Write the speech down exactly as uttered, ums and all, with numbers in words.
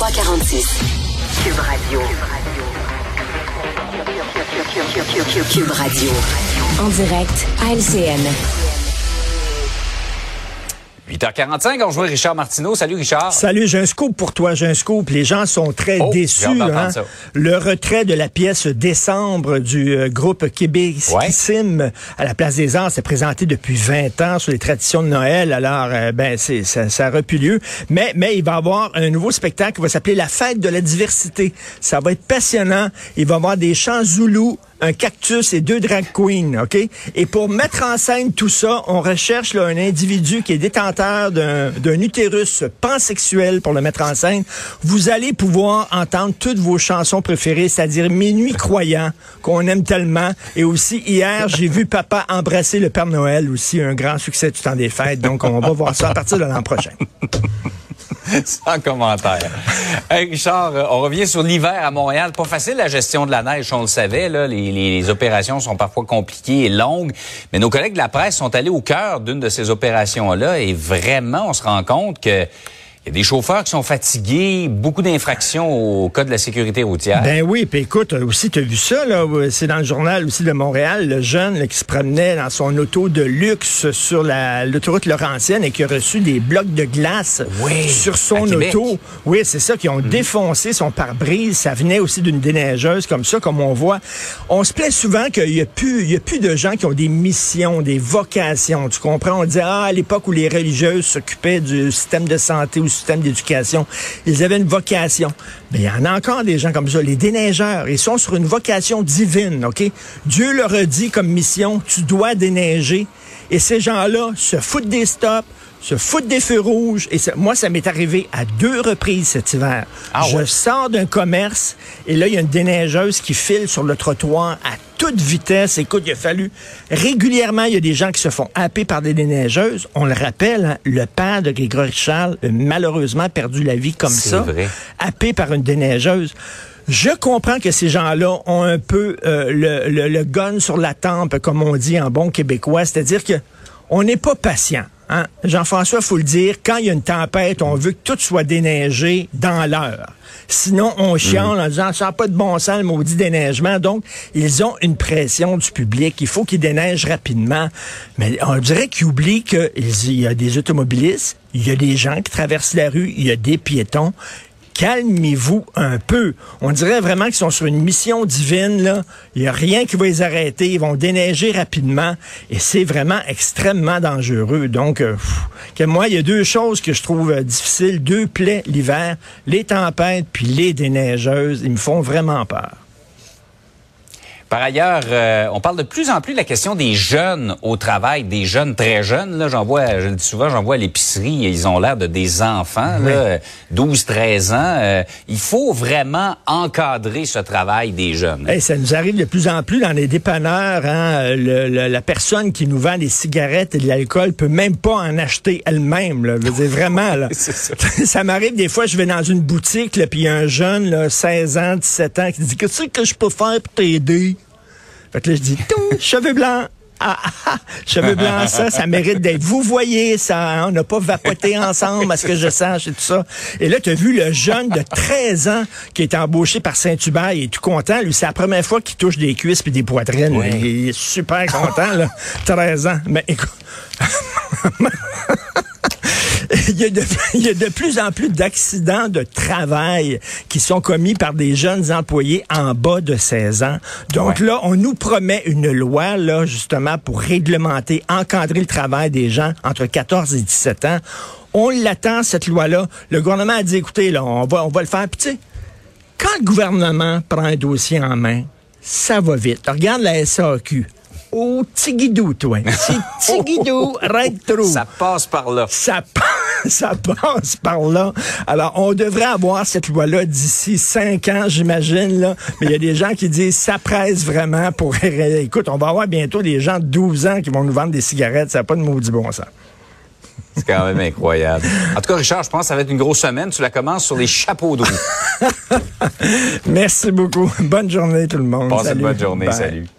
trois quarante-six. Cube Radio. Cube Radio. En direct à L C N. huit heures quarante-cinq, on rejoint Richard Martineau. Salut Richard. Salut, j'ai un scoop pour toi, j'ai un scoop. Les gens sont très oh, déçus. Hein? Le retrait de la pièce Décembre du euh, groupe Québec-Kissim ouais. à la Place des Arts s'est présenté depuis vingt ans sur les traditions de Noël. Alors, euh, ben, c'est, ça, ça a plus lieu. Mais, mais il va y avoir un nouveau spectacle qui va s'appeler La Fête de la diversité. Ça va être passionnant. Il va y avoir des chants zoulous, un cactus et deux drag queens, OK? Et pour mettre en scène tout ça, on recherche là, un individu qui est détenteur d'un, d'un utérus pansexuel pour le mettre en scène. Vous allez pouvoir entendre toutes vos chansons préférées, c'est-à-dire Minuit croyant, qu'on aime tellement. Et aussi, hier, j'ai vu Papa embrasser le Père Noël, aussi un grand succès du temps des fêtes. Donc, on va voir ça à partir de l'an prochain. Sans commentaire. Hey Richard, on revient sur l'hiver à Montréal. Pas facile la gestion de la neige, on le savait. Là, les, les, les opérations sont parfois compliquées et longues. Mais nos collègues de la presse sont allés au cœur d'une de ces opérations-là et vraiment, on se rend compte que il y a des chauffeurs qui sont fatigués, beaucoup d'infractions au code de la sécurité routière. Ben oui, puis écoute, aussi, tu as vu ça, là, c'est dans le journal aussi de Montréal, le jeune là, qui se promenait dans son auto de luxe sur la, l'autoroute Laurentienne et qui a reçu des blocs de glace oui, sur son auto. Oui, c'est ça, qui ont mmh. défoncé son pare-brise. Ça venait aussi d'une déneigeuse comme ça, comme on voit. On se plaît souvent qu'il y a plus, il y a plus de gens qui ont des missions, des vocations. Tu comprends? On dit, ah, à l'époque où les religieuses s'occupaient du système de santé ou système d'éducation. Ils avaient une vocation. Mais il y en a encore des gens comme ça. Les déneigeurs, ils sont sur une vocation divine, OK? Dieu leur a dit comme mission, tu dois déneiger. Et ces gens-là se foutent des stops, se foutent des feux rouges. Et ça, moi, ça m'est arrivé à deux reprises cet hiver. Ah ouais. Je sors d'un commerce et là, il y a une déneigeuse qui file sur le trottoir à toute vitesse. Écoute, il a fallu régulièrement, il y a des gens qui se font happer par des déneigeuses. On le rappelle, hein, le père de Grégory Charles a malheureusement perdu la vie comme C'est ça, vrai. happé par une déneigeuse. Je comprends que ces gens-là ont un peu euh, le, le, le gun sur la tempe, comme on dit en bon québécois, c'est-à-dire que on n'est pas patient. Hein? Jean-François, faut le dire, quand il y a une tempête, on veut que tout soit déneigé dans l'heure. Sinon, on chiale mmh. en disant, ça n'a pas de bon sens, le maudit déneigement. Donc, ils ont une pression du public. Il faut qu'ils déneigent rapidement. Mais on dirait qu'ils oublient qu'il y a des automobilistes, il y a des gens qui traversent la rue, il y a des piétons. Calmez-vous un peu. On dirait vraiment qu'ils sont sur une mission divine, là. Il n'y a rien qui va les arrêter. Ils vont déneiger rapidement. Et c'est vraiment extrêmement dangereux. Donc, euh, pff, que moi, il y a deux choses que je trouve euh, difficiles. Deux plaies l'hiver. Les tempêtes puis les déneigeuses. Ils me font vraiment peur. Par ailleurs, euh, on parle de plus en plus de la question des jeunes au travail, des jeunes très jeunes. Là, j'en vois, je le dis souvent, j'en vois à l'épicerie, ils ont l'air de des enfants, oui. là, douze treize ans. Euh, il faut vraiment encadrer ce travail des jeunes. Hey, ça nous arrive de plus en plus dans les dépanneurs. Hein, le, le, la personne qui nous vend des cigarettes et de l'alcool peut même pas en acheter elle-même. Là. Je veux dire, vraiment, là. ça. ça m'arrive des fois, je vais dans une boutique, là, puis il y a un jeune, là, seize ans, dix-sept ans, qui dit « Qu'est-ce que je peux faire pour t'aider? » Fait que là, je dis, tout, cheveux blancs. Ah, ah, ah, cheveux blancs, ça, ça mérite d'être. Vous voyez ça, hein, on n'a pas vapoté ensemble, à ce que je sache et tout ça. Et là, tu as vu le jeune de treize ans qui est embauché par Saint-Hubert, il est tout content. Lui, c'est la première fois qu'il touche des cuisses puis des poitrines. Oui. Il est super content, là. treize ans. Mais écoute... Il y, a de, il y a de plus en plus d'accidents de travail qui sont commis par des jeunes employés en bas de seize ans. Donc ouais. là, on nous promet une loi, là, justement, pour réglementer, encadrer le travail des gens entre quatorze et dix-sept ans. On l'attend, cette loi-là. Le gouvernement a dit, écoutez, là, on va, on va le faire. Puis tu sais, quand le gouvernement prend un dossier en main, ça va vite. Regarde la S A Q. Oh, tigidou, toi. C'est tigidou, right through. Ça passe par là. Ça, ça passe par là. Alors, on devrait avoir cette loi-là d'ici cinq ans, j'imagine, là. Mais il y a des gens qui disent, ça presse vraiment pour... Écoute, on va avoir bientôt des gens de douze ans qui vont nous vendre des cigarettes. Ça n'a pas de maudit bon sens. C'est quand même incroyable. En tout cas, Richard, je pense que ça va être une grosse semaine. Tu la commences sur les chapeaux de roue. Merci beaucoup. Bonne journée, tout le monde. Passe une bonne journée. Bye. Salut.